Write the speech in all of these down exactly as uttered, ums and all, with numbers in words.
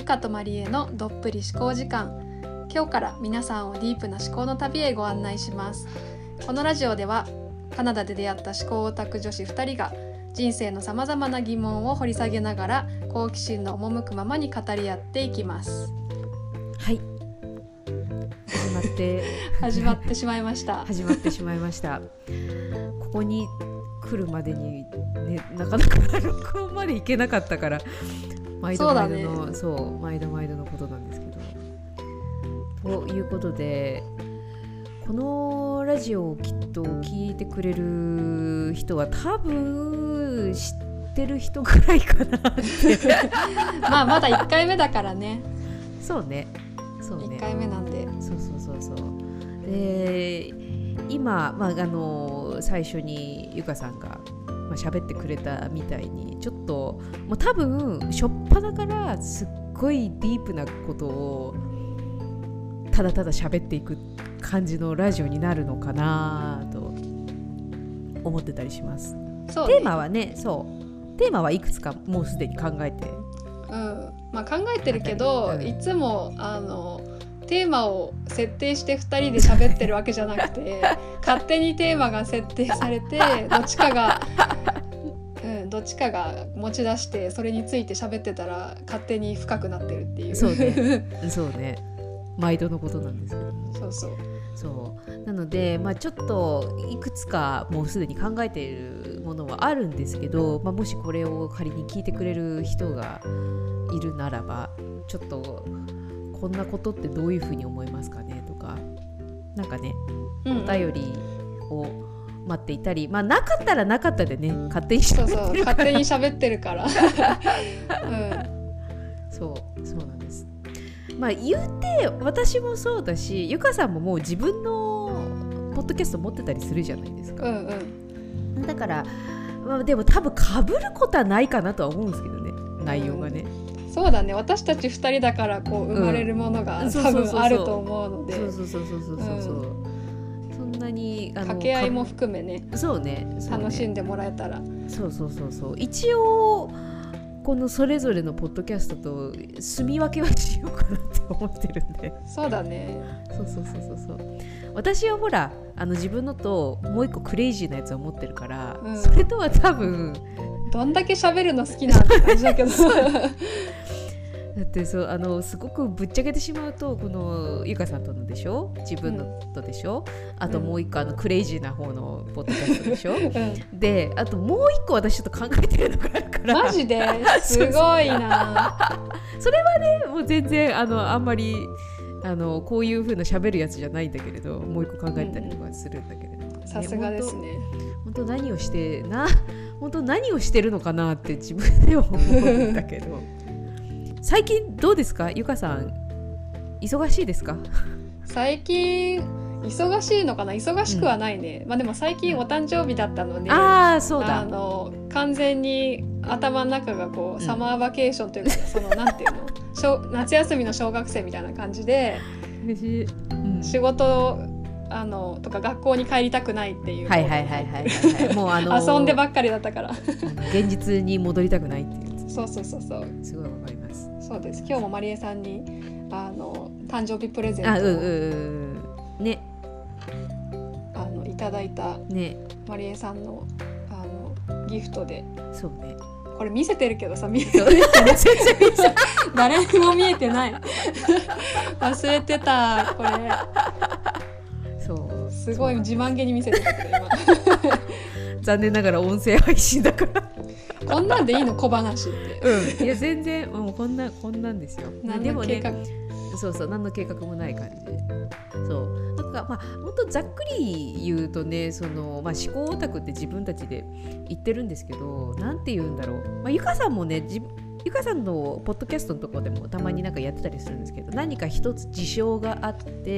かとまりえのどっぷり思考時間。今日から皆さんをディープな思考の旅へご案内します。このラジオではカナダで出会った思考オタク女子ふたりが人生のさまざまな疑問を掘り下げながら好奇心の赴くままに語り合っていきます。 はい始まって始まってしまいました始まってしまいましたここに来るまでに、ね、なかなか録音まで行けなかったから毎度毎度の、そう、毎度毎度のことなんですけど、ということでこのラジオをきっと聞いてくれる人は多分知ってる人ぐらいかなってまあまだいっかいめだからね。 そうねそうねいっかいめなんで、 そうそうそうそうで今、まあ、あの最初にゆかさんが、まあ、喋ってくれたみたいにちょっともう多分初っ端からすっごいディープなことをただただ喋っていく感じのラジオになるのかなと思ってたりします。 そうね、 テーマはねそうテーマはいくつかもうすでに考えて、 うんまあ、考えてるけど、うん、いつもあのテーマを設定してふたりで喋ってるわけじゃなくて勝手にテーマが設定されてどっちかが、うん、どっちかが持ち出してそれについて喋ってたら勝手に深くなってるっていう。 そうねそうね毎度のことなんですけども、 そうそうそうなので、まあ、ちょっといくつかもうすでに考えているものはあるんですけど、まあ、もしこれを仮に聞いてくれる人がいるならばちょっとこんなことってどういうふうに思いますかねとかなんかね、うん、お便りを待っていたり、まあ、なかったらなかったでね勝手に喋ってるから、そうそう勝手に喋ってるから、うん、 そうそうなんです。まあ言うて私もそうだしゆかさんももう自分のポッドキャスト持ってたりするじゃないですか、 うんうん、 だから、まあ、でも多分被ることはないかなとは思うんですけどね内容がね、 うん、そうだね私たちふたりだからこう生まれるものが、うん、多分あると思うのでそうそうそうそうそうそうそう、うん、そんなにあの掛け合いも含めねそうね、そうね楽しんでもらえたらそうそうそうそう一応このそれぞれのポッドキャストと住み分けはしようかなって思ってるんでそうだねそうそうそうそうそう私はほらあの自分のともう一個クレイジーなやつを持ってるから、うん、それとは多分どんだけ喋るの好きなんて感じだけどだってそうあのすごくぶっちゃけてしまうとこのゆかさんとのでしょ自分のとでしょ、うん、あともう一個あのクレイジーな方のポッドキャストでしょ、うん、であともう一個私ちょっと考えてるのがあるからマジですごいなそれはねもう全然あのあんまりあのこういう風な喋るやつじゃないんだけれどもう一個考えたりとかするんだけれどさすがですね本当何をしてな本当何をしてるのかなって自分では思うんだけど最近どうですかゆかさん忙しいですか最近忙しいのかな忙しくはないね、うんまあ、でも最近お誕生日だったのであそうだあの完全に頭の中がこう、うん、サマーバケーションというかそのなんていうの夏休みの小学生みたいな感じで、うん、仕事あのとか学校に帰りたくないっていうはいはいはいはいもうあの遊んでばっかりだったから現実に戻りたくないっていうそうそうそうそうすごいわかりますそうです今日もまりえさんにあの誕生日プレゼントをあ、うんうんうん、ねあのいただいたねまりえさんのあのギフトでそうねこれ見せてるけどさ見えてない誰にも見えてない忘れてたこれそうすごい自慢げに見せてたけど今残念ながら音声配信だからこんなんでいいの小話って、 うん、いや全然もうこんなこんなんですよ何の計画、 でもね、そうそう何の計画もない感じでそうなんかまあ本当ざっくり言うとねその、まあ、思考オタクって自分たちで言ってるんですけどなんて言うんだろう、まあ、ゆかさんもねじゆかさんのポッドキャストのところでもたまになんかやってたりするんですけど何か一つ事象があって、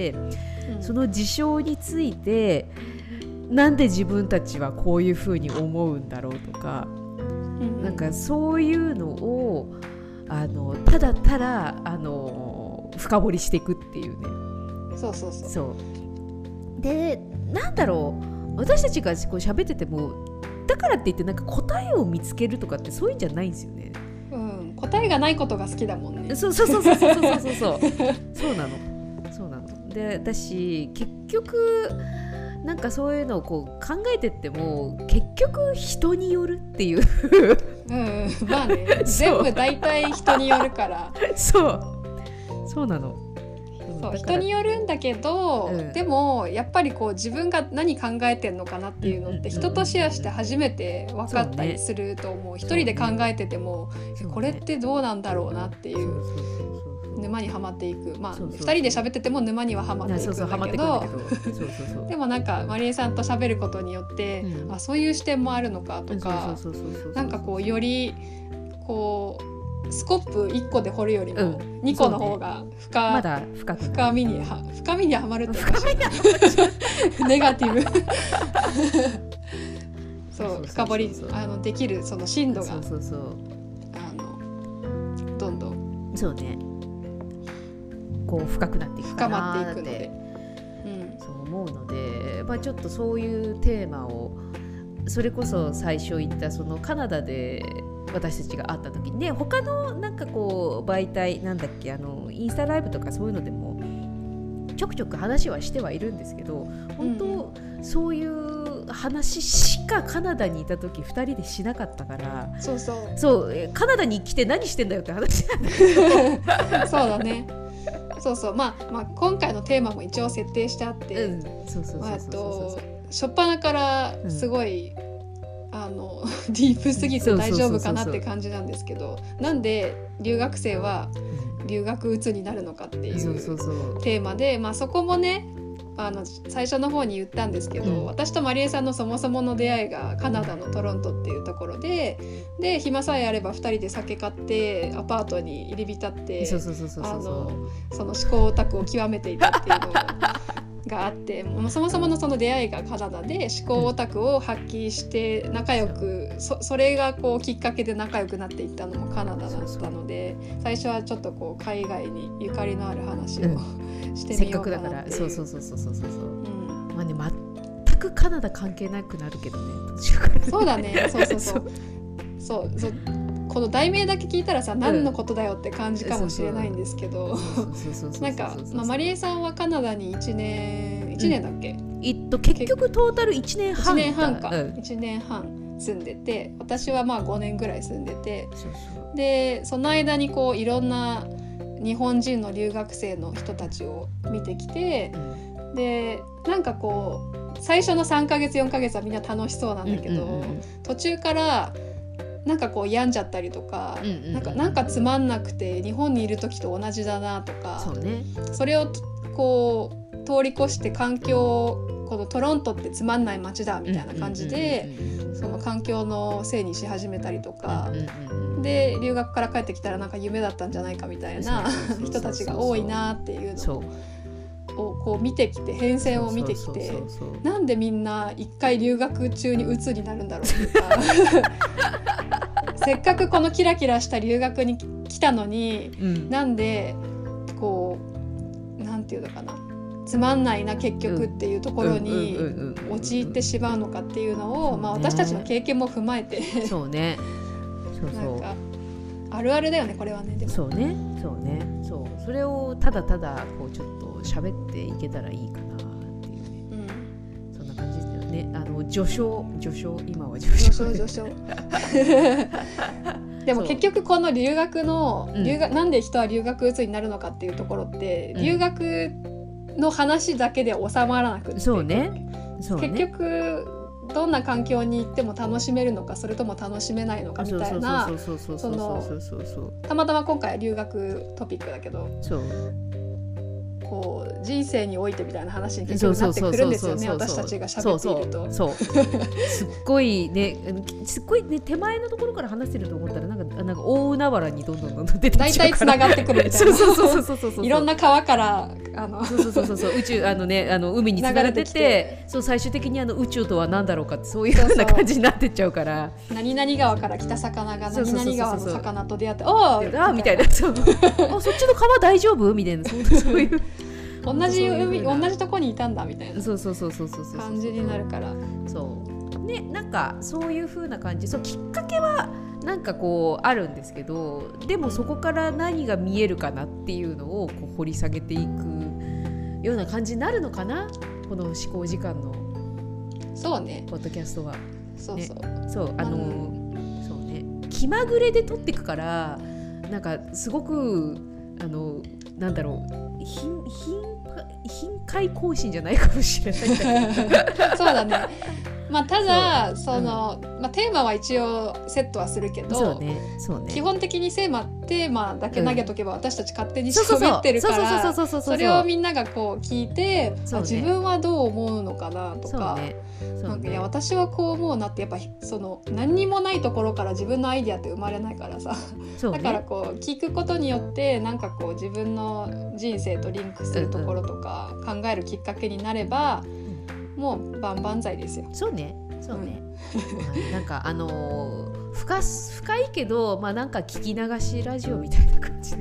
うん、その事象についてなんで自分たちはこういうふうに思うんだろうとかなんかそういうのをあのただただあの深掘りしていくっていうねそうそうそうそうでなんだろう私たちがこう喋っててもだからって言ってなんか答えを見つけるとかってそういうんじゃないんですよね、 うん、答答えがないことが好きだもんね。 そうそうそうそうそうそうそうそうそうなのそうなので、私結局なんかそういうのをこう考えてっても結局人によるっていううん、まあね全部大体人によるからそうそうなの。 そう人によるんだけど、うん、でもやっぱりこう自分が何考えてんのかなっていうのって人とシェアして初めて分かったりすると思う。一人で考えてても、ね、これってどうなんだろうなっていう沼にはまっていく。まあふたりで喋ってても沼にははまっていくんだけど、でもなんかまりえさんと喋ることによって、うん、あそういう視点もあるのかとか、なんかこうよりこうスコップいっこで掘るよりもにこの方が深、 ね、まだ深く深みには深みにはまるってネガティブそう深掘りあのできるその深度がそうそうそうあのどんどんそうねこう深くなっていくかなって深まっていくので、 うん、そう思うので、まあ、ちょっとそういうテーマをそれこそ最初言ったそのカナダで私たちが会った時にね、他のなんかこう媒体なんだっけあのインスタライブとかそういうのでもちょくちょく話はしてはいるんですけど、本当、うん、そういう話しかカナダにいた時ふたりでしなかったから、 そうそうそうカナダに来て何してんだよって話なんだけどそうだねそうそう、まあ、まあ今回のテーマも一応設定してあって、初っ端からすごい、うんあのディープすぎて大丈夫かなって感じなんですけど、なんで留学生は留学うつになるのかっていうテーマで、まあ、そこもねあの最初の方に言ったんですけど、うん、私とまりえさんのそもそもの出会いがカナダのトロントっていうところで、で暇さえあればふたりで酒買ってアパートに入り浸ってその思考オタクを極めていたっていうのがあって、そもそものその出会いがカナダで思考オタクを発揮して仲良く そ, それがこうきっかけで仲良くなっていったのもカナダだったので、最初はちょっとこう海外にゆかりのある話を、うん、してみようかなっていう。せっかくだからそうそうそうそうそうそう、うん、まあね全くカナダ関係なくなるけどねそうだねそうそうそうそうそうこの題名だけ聞いたらさ、何のことだよって感じかもしれないんですけど、なんかまりえさんはカナダにいちねんいちねんだっけ、 うんえっと、結局トータルいちねんはんいちねんはんか、うん、いちねんはん住んでて、私はまあごねんぐらい住んでて、そうそうでその間にこういろんな日本人の留学生の人たちを見てきて、うん、でなんかこう最初のさんかげつよんかげつはみんな楽しそうなんだけど、うんうんうん、途中からなんかこう病んじゃったりとか、うんうんうん、なんか、なんかつまんなくて日本にいる時と同じだなとか、そうね、それをこう通り越して環境、このトロントってつまんない街だみたいな感じで、うんうんうん、その環境のせいにし始めたりとか、うんうん、で留学から帰ってきたらなんか夢だったんじゃないかみたいな人たちが多いなっていうのをこう見てきて、変遷を見てきて、なんでみんな一回留学中に鬱になるんだろうとかせっかくこのキラキラした留学に来たのに、うん、なんでこうなんていうのかな、つまんないな結局っていうところに陥ってしまうのかっていうのを、まあ、私たちの経験も踏まえてそうねそうそうなんかあるあるだよねこれはね。でもそうねそうねそうそれをただただこうちょっと喋っていけたらいいかなっていうね、うん、そんな感じですよね。あの序章序章今は序章序章でも結局この留学の留学、うん、なんで人は留学うつになるのかっていうところって、うん、留学の話だけで収まらなくて、 そうねそうね、 結局どんな環境に行っても楽しめるのか、それとも楽しめないのかみたいな、たまたま今回は留学トピックだけど、そうこう人生においてみたいな話に結局なってくるんですよね、私たちが喋っていると。 そうそうそうすっごいねすっごいね手前のところから話してると思ったらなんかなんか大海原にどんどんどんどん出てきちゃうから、大体つながってくるみたいなそうそうそうそうそうそういろんな川からあのそうそうそうそう宇宙あのねあの海につながれてて、そう最終的にあの宇宙とは何だろうかってそういうような感じになってっちゃうから、 何々川から来た魚が何々川の魚と出会ってああみたいなそうあそっちの川大丈夫みたいなそういう同じ海同じとこにいたんだみたいなそうそうそうそうそう感じになるから、 そうね、なんかそういう風な感じ、そうきっかけはなんかこうあるんですけど、でもそこから何が見えるかなっていうのをこう掘り下げていくような感じになるのかな、この思考時間のそうねポッドキャストは。 そうそう、 ね、そうあの、 うん、 そうね、気まぐれで撮っていくからなんかすごくあのなんだろう、頻頻回更新じゃないかもしれないんだけどそうだね。まあ、ただそ、その、うん、まあ、テーマは一応セットはするけど、 そうねそうね、 基本的にテーマテーマだけ投げとけば私たち勝手に喋ってるからそれをみんながこう聞いて、ね、あ自分はどう思うのかなとか、ねね、なんかいや私はこう思うなってやっぱその何にもないところから自分のアイデアって生まれないからさ、ね、だからこう聞くことによってなんかこう自分の人生とリンクするところとか考えるきっかけになれば、うん、もう万々歳ですよ。 そうねそうね、うん、なんかあのー、深, 深いけど、まあ、なんか聞き流しラジオみたいな感じで、うん、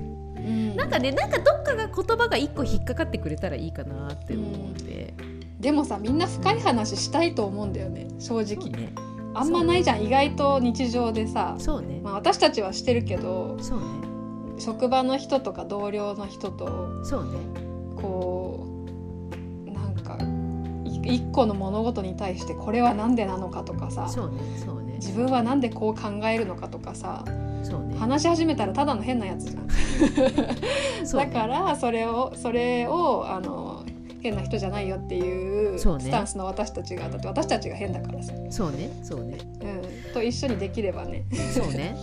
なんかね、なんかどっかが言葉が一個引っかかってくれたらいいかなって思うんで、うん、 でもさみんな深い話したいと思うんだよね、正直、ね、あんまないじゃん、意外と日常でさ、 そうね、 まあ、私たちはしてるけど、 そうね、 職場の人とか同僚の人とそうね、 こうなんか一個の物事に対してこれはなんでなのかとかさ、 そうねそうね、 自分はなんでこう考えるのかとかさ、 そうね、 話し始めたらただの変なやつじゃんそう、ね、だからそれをそれをあの変な人じゃないよっていうスタンスの私たちが、だって私たちが変だからさ、 そうねそうね、 うん、と一緒にできればねそうね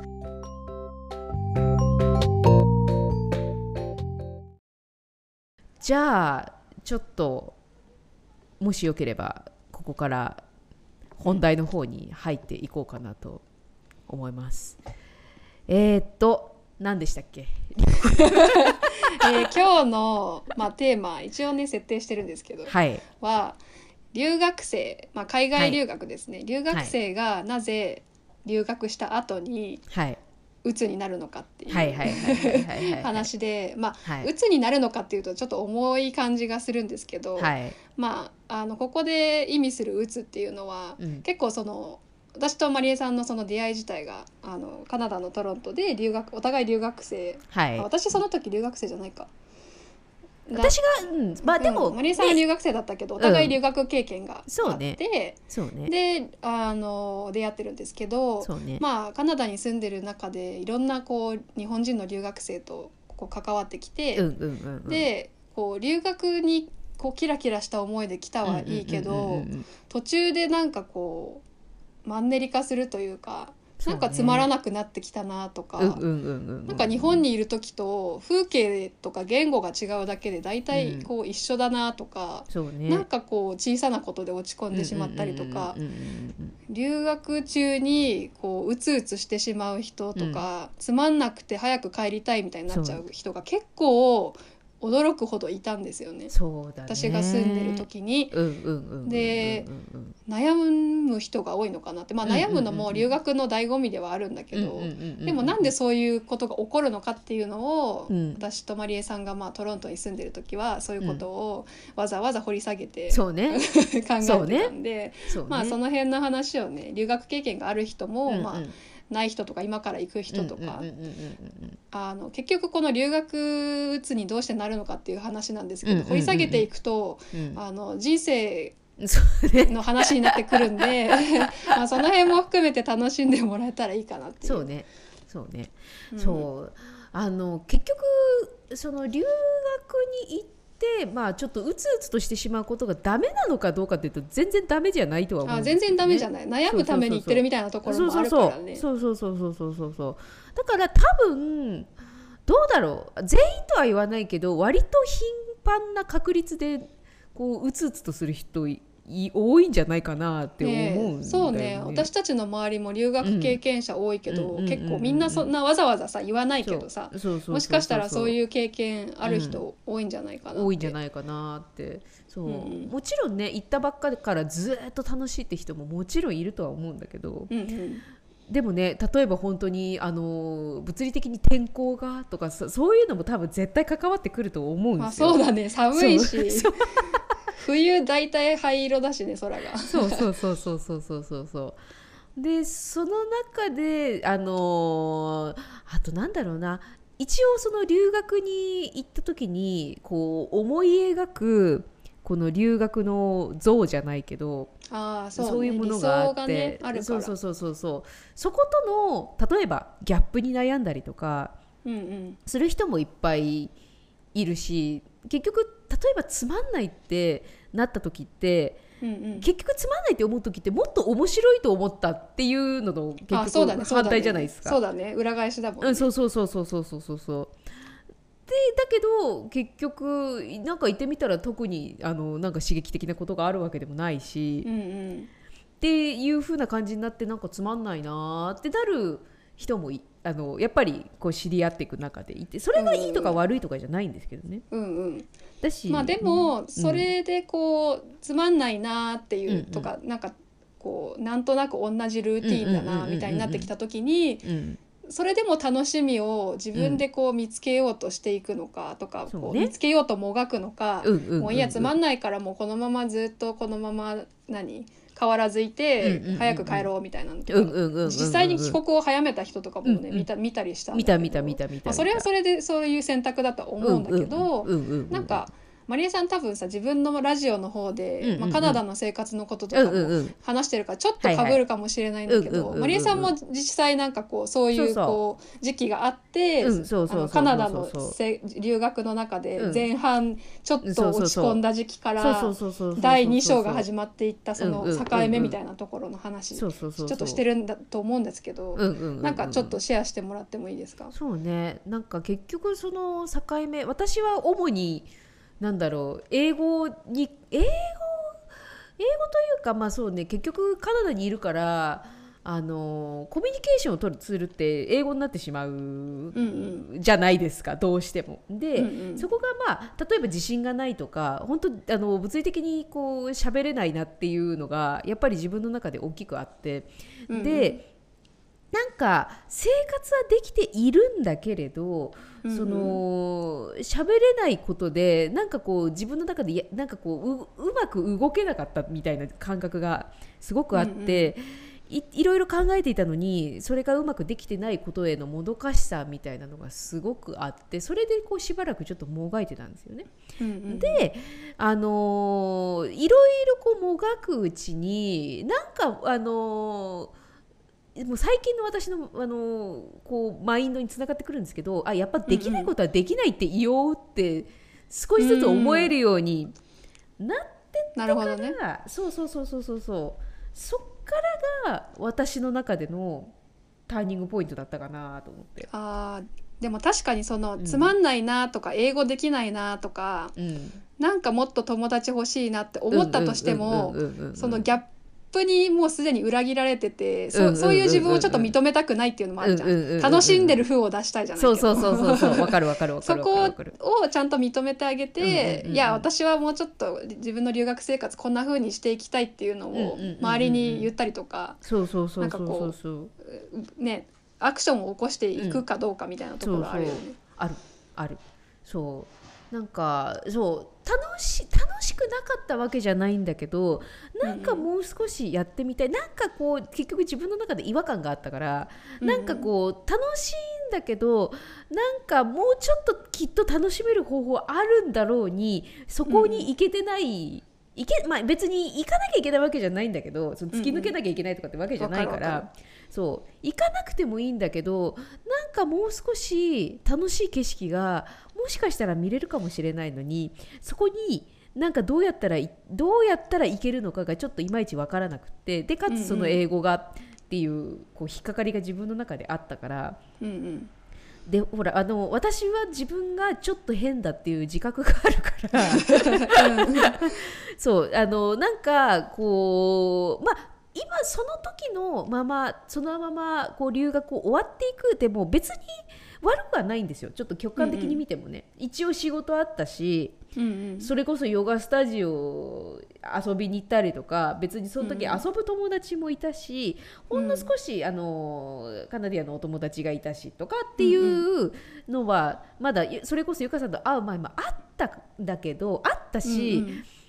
じゃあちょっともしよければここから本題の方に入っていこうかなと思います。えー、っと何でしたっけえー、今日の、まあ、テーマ一応ね設定してるんですけど、 はい、は留学生、まあ、海外留学ですね、はい、留学生がなぜ留学した後に、はい、鬱になるのかっていう話で、まあ、鬱になるのかっていうとちょっと重い感じがするんですけど、はい、まあ、あのここで意味する鬱っていうのは、うん、結構その私とまりえさんのその出会い自体があのカナダのトロントで留学お互い留学生、はい、私その時留学生じゃないか私が、うん、まあでも、 うん、まりえさんは留学生だったけど、ね、お互い留学経験があって、うん、 そうね、そうね、 であの出会ってるんですけど、そうね、まあカナダに住んでる中でいろんなこう日本人の留学生とこう関わってきて、うんうんうんうん、でこう留学にこうキラキラした思いで来たはいいけど、途中でなんかこうマンネリ化するというか、なんかつまらなくなってきたなとか、なんか日本にいる時と風景とか言語が違うだけで大体こう一緒だなとか、うんね、なんかこう小さなことで落ち込んでしまったりとか、留学中にこううつうつしてしまう人とか、うん、つまんなくて早く帰りたいみたいになっちゃう人が結構驚くほどいたんですよね。 そうだね、 私が住んでる時に、で悩む人が多いのかなって、まあ、悩むのも留学の醍醐味ではあるんだけど、でもなんでそういうことが起こるのかっていうのを、うん、私とまりえさんがまあトロントに住んでる時はそういうことをわざわざ掘り下げて、うん、ね、考えてたんで、ね、まあ、その辺の話をね、留学経験がある人も、うんうん、まあない人とか今から行く人とか、あの結局この留学うつにどうしてなるのかっていう話なんですけど、うんうんうんうん、掘り下げていくと、うん、あの人生の話になってくるんでまあその辺も含めて楽しんでもらえたらいいかなっていう。 そうね、そうね、うん、そうあの結局その留学に行ってでまあ、ちょっとうつうつとしてしまうことがダメなのかどうかっていうと全然ダメじゃないとは思うんですよね。 あ、全然ダメじゃない、悩むために言ってるみたいなところもあるからね。 そうそうそうそうそうそうそう、だから多分どうだろう、全員とは言わないけど割と頻繁な確率でこううつうつとする人多いんじゃないかなって思うんだよね。 そうね、私たちの周りも留学経験者多いけど、うん、結構みんなそんなわざわざさ言わないけどさ、もしかしたらそういう経験ある人多いんじゃないかなって、 うん、多いんじゃないかなってそう、うん、もちろんね行ったばっかりからずっと楽しいって人ももちろんいるとは思うんだけど、うんうん、でもね、例えば本当にあの物理的に天候がとか そ, そういうのも多分絶対関わってくると思うんですよ。 あ、そうだね、寒いし冬大体灰色だしね空が。 そうそうそうそうそうそうそうそうでその中であのーあとなんだろうな、一応その留学に行った時にこう思い描くこの留学の像じゃないけど、 ああそうね、 そういうものがあって、 理想がねあるから。 そうそうそうそうそうそことの例えばギャップに悩んだりとかうんうんする人もいっぱいいるし、結局例えばつまんないってなった時って、 うんうん、 結局つまんないって思う時ってもっと面白いと思ったっていうののあ結そうだねそうだね局反対じゃないですか。 そうだね、裏返しだもんね。 うん、そうそうそうそうそうそうそうそうでだけど結局なんか言ってみたら特にあのなんか刺激的なことがあるわけでもないし、 うんうん、 っていう風な感じになってなんかつまんないなってなる人もいあのやっぱりこう知り合っていく中でいて、それがいいとか悪いとかじゃないんですけどね。 うんうん、 だしまあでも、 うん、 それでこうつまんないなっていうとか、 うんなんかこうなんとなく同じルーティーンだなみたいになってきた時に、 うんそれでも楽しみを自分でこう見つけようとしていくのかとか、こうそうね見つけようともがくのか、 うんうんうんうんもういいやつまんないからもうこのままずっとこのまま何変わらずいてうんうんうんうん早く帰ろうみたいなのとか、 うんうんうんうんうん実際に帰国を早めた人とかもね、 うんうん見た見たりしたんだ見けど、 た見た見た見たまあ、それはそれでそういう選択だと思うんだけど、 うんうんうんうんうんなんかマリエさん多分さ自分のラジオの方で、 うんうんうんまあ、カナダの生活のこととかもうんうんうん話してるからちょっと被るかもしれないんだけはいはいうんうんうんうんど、マリエさんも実際なんかこうそういうそうそうこう時期があって、 うんそうそうそうそうあのカナダのせ留学の中でうん前半ちょっと落ち込んだ時期からそうそうそうそうだいに章が始まっていったそのうんうんうんうん境目みたいなところの話ちょそうそうそうそうっとしてるんだと思うんですけど、 うんうんうんうんなんかちょっとシェアしてもらってもいいですか？ そうね、なんか結局その境目、私は主になんだろう英語に英語英語というかまあそうね、結局カナダにいるからあのコミュニケーションを取るツールって英語になってしまう、 うんじゃないですか、どうしても。で、 うんうん、 そこがまあ例えば自信がないとか本当あの物理的にこう喋れないなっていうのがやっぱり自分の中で大きくあって、 うんうん、 でなんか生活はできているんだけれど、 うんうん、 その喋れないことでなんかこう自分の中でやなんかこう う, うまく動けなかったみたいな感覚がすごくあって、うんうん、い, いろいろ考えていたのにそれがうまくできてないことへのもどかしさみたいなのがすごくあって、それでこうしばらくちょっともがいてたんですよね。 うんうん、 で、あのー、いろいろこうもがくうちになんかあのーもう最近の私の、あのこうマインドにつながってくるんですけど、あやっぱできないことはできないって言おうって少しずつ思えるようになってったから、 なるほどね、 そうそうそうそうそうそうそっからが私の中でのターニングポイントだったかなと思って。 あでも確かにその、うん、つまんないなとか英語できないなとか、うん、なんかもっと友達欲しいなって思ったとしてもそのギャップにもうすでに裏切られてて、そ, そういう自分をちょっと認めたくないっていうのもあるじゃん、うんうんうんうん、楽しんでる風を出したいじゃないけど、 そうそうそうそうわかるわかるわかるそこをちゃんと認めてあげて、うんうんうんうん、いや私はもうちょっと自分の留学生活こんな風にしていきたいっていうのを周りに言ったりとか、なんかこうねアクションを起こしていくかどうかみたいなところあるよね、うん、そうそうあるあるそうなんかそう楽し楽しくなかったわけじゃないんだけど、なんかもう少しやってみたい、うん、なんかこう結局自分の中で違和感があったから、うん、なんかこう楽しいんだけどなんかもうちょっときっと楽しめる方法あるんだろうにそこに行けてない、うんいけまあ、別に行かなきゃいけないわけじゃないんだけど、その突き抜けなきゃいけないとかってわけじゃないから、うんうん、そう行かなくてもいいんだけどなんかもう少し楽しい景色がもしかしたら見れるかもしれないのに、そこになんかどうやったらどうやったらいけるのかがちょっといまいち分からなくて、でかつその英語がっていう、こう引っかかりが自分の中であったから、うんうんでほらあの私は自分がちょっと変だっていう自覚があるからそうあのなんかこうまあ今その時のままそのままこう留学を終わっていくでも別に悪くはないんですよ、ちょっと客観的に見てもね、うんうん、一応仕事あったし、うんうん、それこそヨガスタジオ遊びに行ったりとか別にその時遊ぶ友達もいたし、うんうん、ほんの少しあのカナディアのお友達がいたしとかっていうのはまだそれこそゆかさんと会う前もあったんだけどあったし、うんうん、だ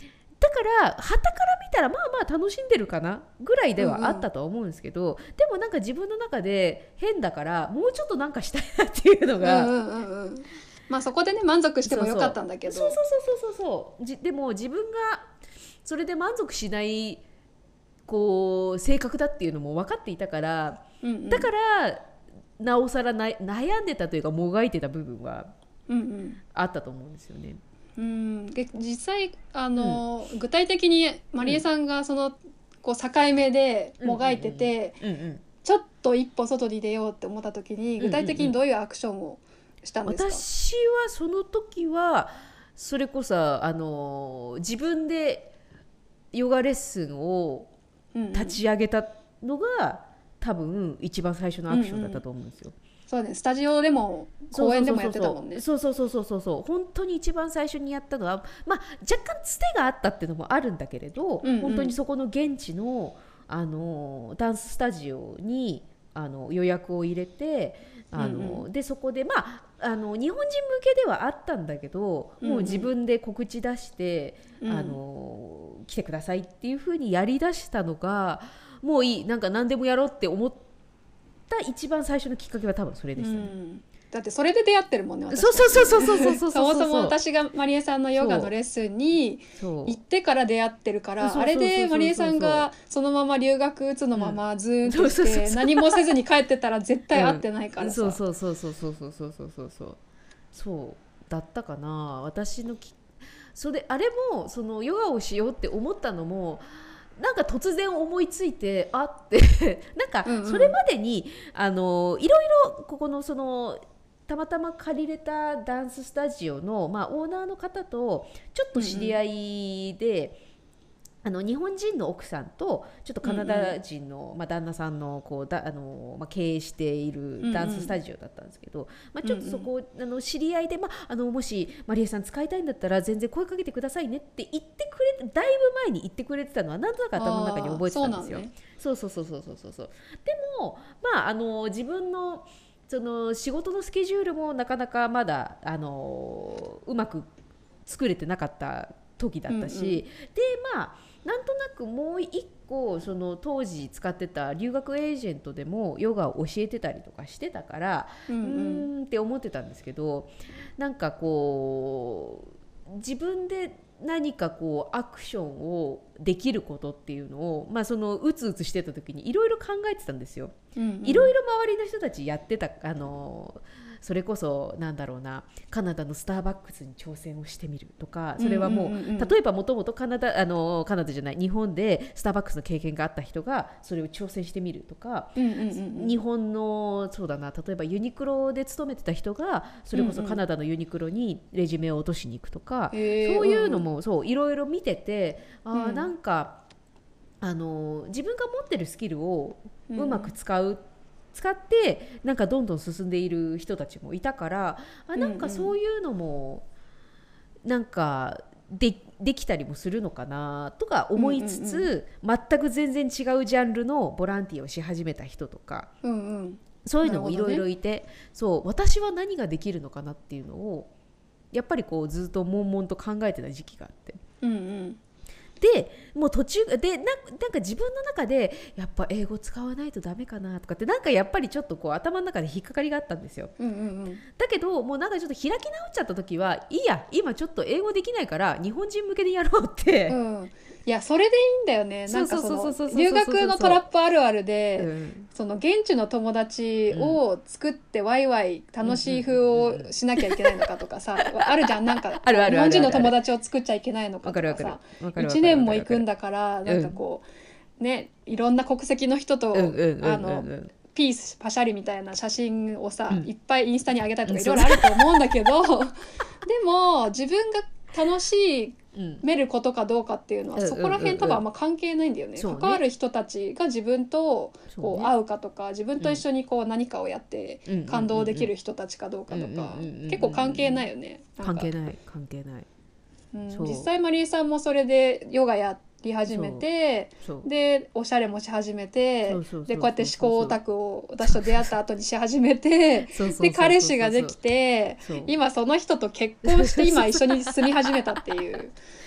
から傍から見たらまあまあ楽しんでるかなぐらいではあったとは思うんですけど、うんうん、でもなんか自分の中で変だからもうちょっとなんかしたいなっていうのが、 うんうんうんうん、まあそこでね満足してもよかったんだけど、 そうそうそうそうそうそうじでも自分がそれで満足しないこう性格だっていうのも分かっていたから、うんうん、だからなおさらな悩んでたというかもがいてた部分はあったと思うんですよね。 うんうん、で実際あの、うん、具体的にまりえさんがそのこう境目でもがいてて、うんうんうんうん、ちょっと一歩外に出ようって思った時に具体的にどういうアクションをしたんですか？ うんうんうん、私はその時はそれこそあの自分でヨガレッスンを立ち上げたのが、うんうん、多分一番最初のアクションだったと思うんですよ。うんうん、 そうね、スタジオでも公演でもやってたもんね。 そうそうそうそうそうそう本当に一番最初にやったのは、まあ、若干つてがあったっていうのもあるんだけれど、うんうん、本当にそこの現地の、あのダンススタジオにあの予約を入れてあの、うんうん、でそこで、まあ、あの日本人向けではあったんだけど、うんうん、もう自分で告知出して、うん、あの来てくださいっていう風にやりだしたのがもういいなんか何でもやろうって思った一番最初のきっかけは多分それでしたね。うん、 だってそれで出会ってるもんね。私そうそうそうそうそうそうそうそもそも私がまりえさんのヨガのレッスンに行ってから出会ってるから、あれでまりえさんがそのまま留学うつのままずーっとして何もせずに帰ってたら絶対会ってないからさ、 うん、そうそうそうそうそうそうそうそうそうそうだったかな。私のきそれあれもそのヨガをしようって思ったのもなんか突然思いついてあってなんかそれまでに、うんうん、あのいろいろここのそのたまたま借りれたダンススタジオの、まあ、オーナーの方とちょっと知り合いで、うんうん、あの日本人の奥さんとちょっとカナダ人の、うんうんまあ、旦那さんのこうだあの、まあ、経営しているダンススタジオだったんですけど、うんうんまあ、ちょっとそこ、うんうん、あの知り合いで、まあ、あのもしまりえさん使いたいんだったら全然声かけてくださいねって言ってくれだいぶ前に言ってくれてたのはなんとなく頭の中に覚えてたんですよ。そうそうそうそうそうそうそうでも、まあ、あの自分のその仕事のスケジュールもなかなかまだあのうまく作れてなかった時だったし、うんうん、でまあなんとなくもう一個その当時使ってた留学エージェントでもヨガを教えてたりとかしてたから、うん、うん、ーんって思ってたんですけどなんかこう自分で何かこうアクションをできることっていうのを、まあ、そのうつうつしてた時にいろいろ考えてたんですよ。いろいろ周りの人たちやってたあのそれこそなんだろうなカナダのスターバックスに挑戦をしてみるとかそれはもう、うんうんうん、例えばもともとカナダあのカナダじゃない日本でスターバックスの経験があった人がそれを挑戦してみるとか、うんうんうんうん、日本のそうだな例えばユニクロで勤めてた人がそれこそカナダのユニクロにレジュメを落としに行くとか、うんうん、そういうのも、うんうん、そういろいろ見ててあ、うん、なんかあの自分が持ってるスキルをうまく使う、うん使ってなんかどんどん進んでいる人たちもいたからあなんかそういうのもなんか で, できたりもするのかなとか思いつつ、うんうんうん、全く全然違うジャンルのボランティアをし始めた人とか、うんうん、そういうのもいろいろいて、ね、そう私は何ができるのかなっていうのをやっぱりこうずっと悶々と考えてた時期があって、うんうんでもう途中で な, なんか自分の中でやっぱ英語使わないとダメかなとかってなんかやっぱりちょっとこう頭の中で引っかかりがあったんですよ、うんうんうん、だけどもうなんかちょっと開き直っちゃった時はいいや今ちょっと英語できないから日本人向けでやろうって、うん、 いやそれでいいんだよね。なんかその留学のトラップあるあるで、うん、その現地の友達を作ってワイワイ楽しい風をしなきゃいけないのかとかさ、うんうん、あるじゃんなんか日本人の友達を作っちゃいけないのかとかさいちねんも行くんだからなんかこう、うん、ねいろんな国籍の人と、うんうんうんうん、あのピースパシャリみたいな写真をさ、うん、いっぱいインスタに上げたりとかいろいろあると思うんだけどでも自分が楽しいめることかどうかっていうのは、うん、そこら辺多分あんま関係ないんだよね、うんうんうん、関わる人たちが自分とこう会うかとか、ね、自分と一緒にこう何かをやって感動できる人たちかどうかとか結構関係ないよね。 関係ない関係ない、 うん、実際マリーさんもそれでヨガやり始めてでおしゃれもし始めてでこうやって思考オタクを私と出会った後にし始めてで彼氏ができて今その人と結婚して今一緒に住み始めたっていう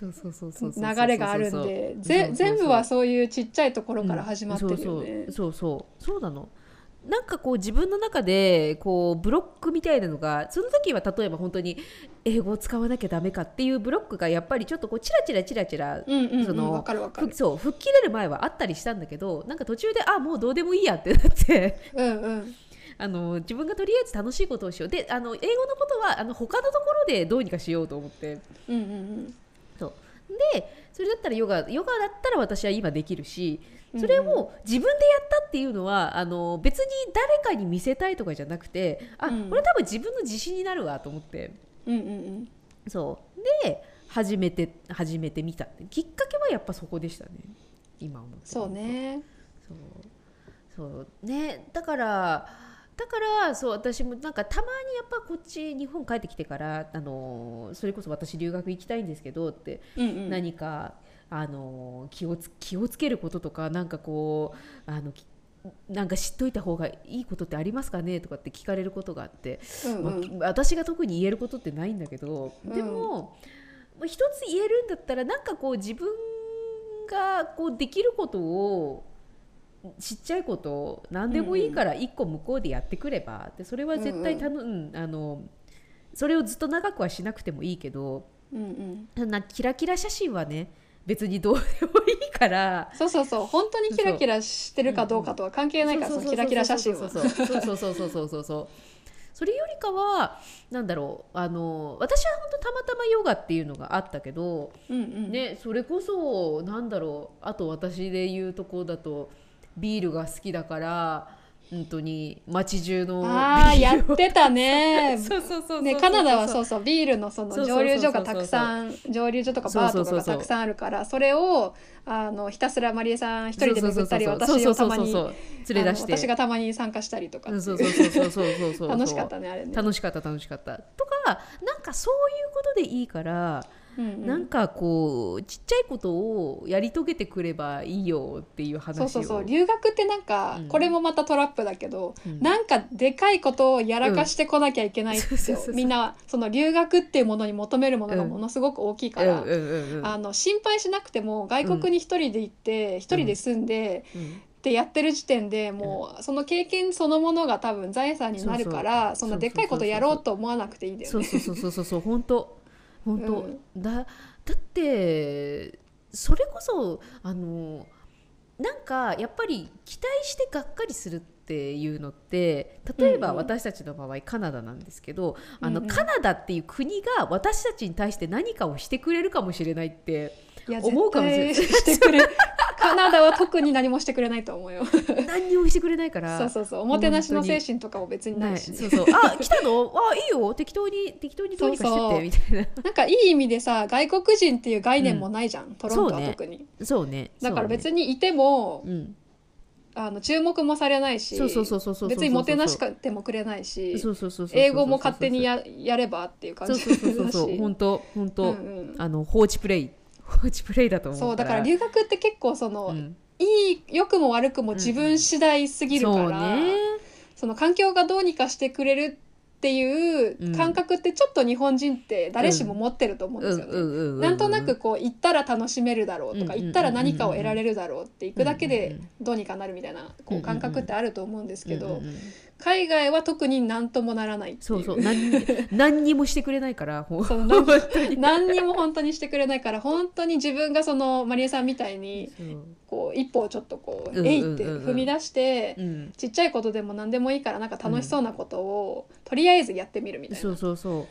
そうそうそうそう流れがあるんで、ぜ全部はそういうちっちゃいところから始まってるよね。 そうそうそうそうなの。なんかこう自分の中でこうブロックみたいなのが、その時は例えば本当に英語を使わなきゃダメかっていうブロックがやっぱりちょっとこうチラチラチラチラ、 うんうんうん、 そのわかるわかる。 ふそう吹っ切れる前はあったりしたんだけど、なんか途中であもうどうでもいいやってなってうんうん、あの自分がとりあえず楽しいことをしよう、であの英語のことはあの他のところでどうにかしようと思って、 うんうんうん、 そうでそれだったらヨガヨガだったら私は今できるし、それを自分でやったっていうのはあの別に誰かに見せたいとかじゃなくて、あ、うん、これ多分自分の自信になるわと思って、 うんうんうん、 そうで初めて初めて見たきっかけはやっぱそこでしたね、今思って。 そうね、 そうそうね、だからだからそう私もなんかたまにやっぱこっち日本帰ってきてからあのそれこそ私留学行きたいんですけどって、うんうん、何かあの気をつ気をつけることとかなんかこうあのなんか知っといた方がいいことってありますかねとかって聞かれることがあって、うんうんまあ、私が特に言えることってないんだけど、うん、でも一つ言えるんだったらなんかこう自分がこうできることをちっちゃいこと何でもいいから一個向こうでやってくれば、でそれは絶対たの、うんうん、あのそれをずっと長くはしなくてもいいけど、うんうん、なキラキラ写真はね別にどうでもいいから、 そうそうそう本当にキラキラしてるかどうかとは関係ないから、そのキラキラ写真はそうそうそうそうそうそうそうそれよりかはなんだろうあの私は本当たまたまヨガっていうのがあったけど、うんうんね、それこそなんだろうあと私で言うとこだとビールが好きだから本当に街中のビールをあやってたねそうそうそうそうねカナダはそうそうビールのその蒸留所がたくさん蒸留所とかバーとかがたくさんあるから、それをあのひたすらマリエさん一人で巡ったり、私をたまに連れ出して私がたまに参加したりとか楽しかったねあれね。 楽しかった楽しかったとかなんかそういうことでいいから、うんうん、なんかこうちっちゃいことをやり遂げてくればいいよっていう話を。 そうそうそう留学ってなんか、うん、これもまたトラップだけど、うん、なんかでかいことをやらかしてこなきゃいけないって、うん、みんなその留学っていうものに求めるものがものすごく大きいから、あの心配しなくても外国に一人で行って一、うん、人で住んで、うんうんってやってる時点でもうその経験そのものが多分財産になるから、そんなでっかいことやろうと思わなくていいんだよね。 そうそうそうそうそう本当本当、うん、だ, だってそれこそあのなんかやっぱり期待してがっかりするっていうのって例えば私たちの場合カナダなんですけど、うんうん、あのカナダっていう国が私たちに対して何かをしてくれるかもしれないって思うかもしれない。 してくれカナダは特に何もしてくれないと思うよ何にもしてくれないからそうそうそうおもてなしの精神とかも別にないし、 そうそうあ来たのあいいよ適当に適当にどうにかしてってみたいななんかいい意味でさ外国人っていう概念もないじゃん、うん、トロントは特にそうねだから別にいても、うん、あの注目もされないし別にもてなしてもくれないし英語も勝手に や, やればっていう感じだしそうそうそうそう本当本当、うんうん、あの放置プレイ放置プレイだと思うからそうだから留学って結構その、うん、いい良くも悪くも自分次第すぎるから、うんそうね、その環境がどうにかしてくれるっていう感覚ってちょっと日本人って誰しも持ってると思うんですよね。なんとなくこう行ったら楽しめるだろうとか、行ったら何かを得られるだろうって行くだけでどうにかなるみたいなこう感覚ってあると思うんですけど、海外は特に何ともならないっていう。 そうそう何に何にもしてくれないからそう何, 何にも本当にしてくれないから本当に自分がそのマリエさんみたいにこう一歩をちょっとこう、うん、えいって踏み出して、うん、ちっちゃいことでも何でもいいからなんか楽しそうなことを、うん、とりあえずやってみるみたいな。 そうそうそう、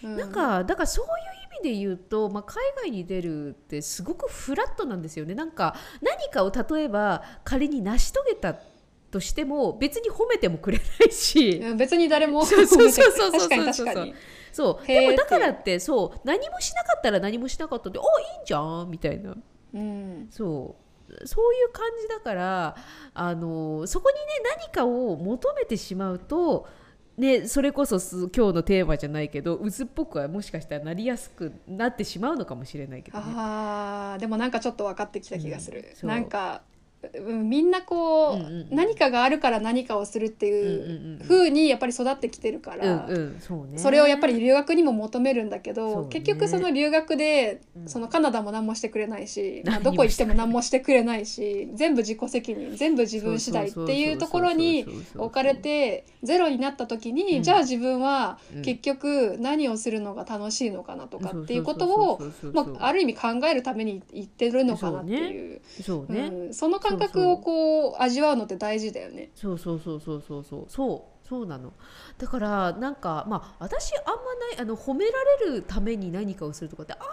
うん、なんかだからそういう意味で言うと、まあ、海外に出るってすごくフラットなんですよね。なんか何かを例えば仮に成し遂げたとしても別に褒めてもくれないし、 うん、別に誰も褒めてそうそうそう確かに確かにそうでもだからってそう何もしなかったら何もしなかったで、おいいんじゃんみたいな、うん、そうそういう感じだから、あのそこにね何かを求めてしまうと、ね、それこそ今日のテーマじゃないけど鬱っぽくはもしかしたらなりやすくなってしまうのかもしれないけどね。 あでもなんかちょっと分かってきた気がする、うん、なんかうんみんなこう、 うんうんうん何かがあるから何かをするっていう風にやっぱり育ってきてるから、 うんうんそうね、 それをやっぱり留学にも求めるんだけど、 そうね結局その留学でうんそのカナダも何もしてくれないし、まあ、 何もどこ行っても何もしてくれないし、全部自己責任、全部自分次第っていうところに置かれてゼロになった時に、 うんじゃあ自分はうん結局何をするのが楽しいのかなとかっていうことを、 そうそうそうまそうそうあ、ある意味考えるために言ってるのかなっていう、 そうね、 うん、その感覚をこう味わうのって大事だよね。 そうそうそうそうそうそうそうそうなの。だからなんかまあ私あんまないあの褒められるために何かをするとかってあん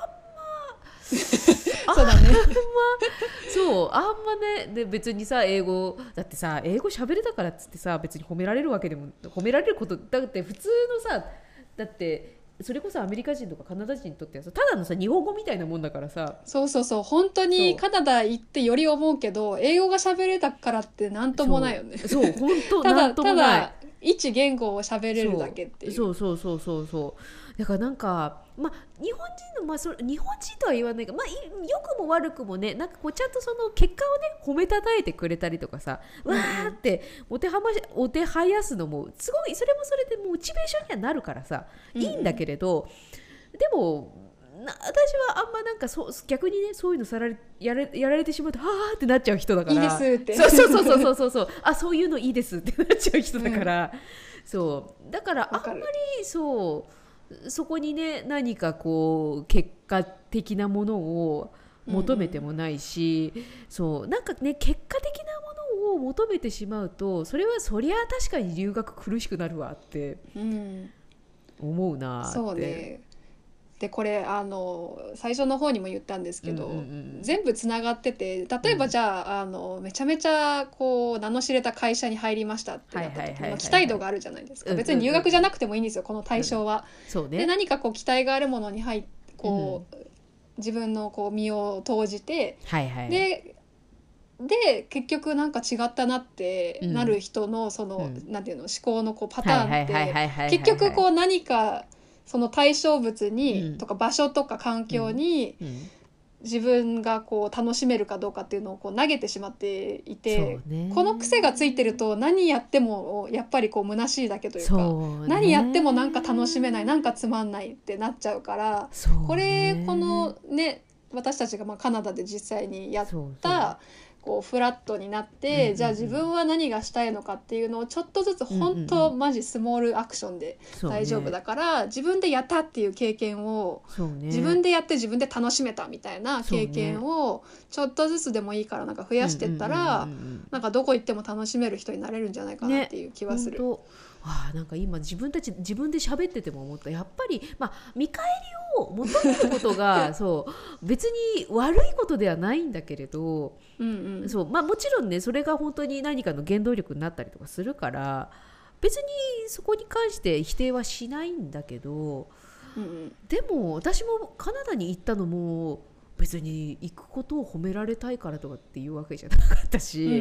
そうだねそうあんまねで別にさ英語だってさ英語喋れたからっつってさ別に褒められるわけでも褒められることだって普通のさだってそれこそアメリカ人とかカナダ人にとってはさただのさ日本語みたいなもんだからさ。 そうそうそう本当にカナダ行ってより思うけど英語が喋れたからって何ともないよね。 そう本当ただなんともないただ一言語を喋れるだけっていう。 そうそうそうそうそうだからなんかまあ日本人のまあそれ日本人とは言わないがまあ良くも悪くもねなんかこうちゃんとその結果をね褒めたたえてくれたりとかさ、うんうん、わーってお手はましお手はやすのもすごいそれもそれでモチベーションにはなるからさいいんだけれど、うんうん、でもな私はあんまなんかそう逆にねそういうのさられやれやられてしまうとはーってなっちゃう人だからいいですってそうそうそうそうそうそうあそういうのいいですってなっちゃう人だから、うん、そうだからあんまりそうそこにね何かこう結果的なものを求めてもないし、うんうん、そうなんかね結果的なものを求めてしまうとそれはそりゃ確かに留学苦しくなるわって思うなって、 うん、そうねでこれあの最初の方にも言ったんですけど、うんうんうん、全部つながってて例えばじゃあ、うん、あのめちゃめちゃこう名の知れた会社に入りましたってなった時に期待度があるじゃないですか、うんうんうん、別に入学じゃなくてもいいんですよこの対象は、うんそうね、で何かこう期待があるものに入こう、うん、自分のこう身を投じて、はいはい、でで結局なんか違ったなってなる人のその、うん、なんていうの思考のこうパターンって結局こう何かその対象物に、うん、とか場所とか環境に、うんうん、自分がこう楽しめるかどうかっていうのをこう投げてしまっていて、この癖がついてると何やってもやっぱりこう虚しいだけというか何やってもなんか楽しめないなんかつまんないってなっちゃうからこれこのね私たちがまあカナダで実際にやったこうフラットになって、うんうん、じゃあ自分は何がしたいのかっていうのをちょっとずつ本当、うんうん、マジスモールアクションで大丈夫だから、ね、自分でやったっていう経験を、ね、自分でやって自分で楽しめたみたいな経験をちょっとずつでもいいからなんか増やしていったら、なんかどこ行っても楽しめる人になれるんじゃないかなっていう気はする。 ねあなんか今自分たち自分で喋ってても思ったやっぱり、まあ、見返りを求めることがそう別に悪いことではないんだけれど、うんうんそうまあ、もちろんねそれが本当に何かの原動力になったりとかするから別にそこに関して否定はしないんだけど、うんうん、でも私もカナダに行ったのも別に行くことを褒められたいからとかっていうわけじゃなかったし、うんうん、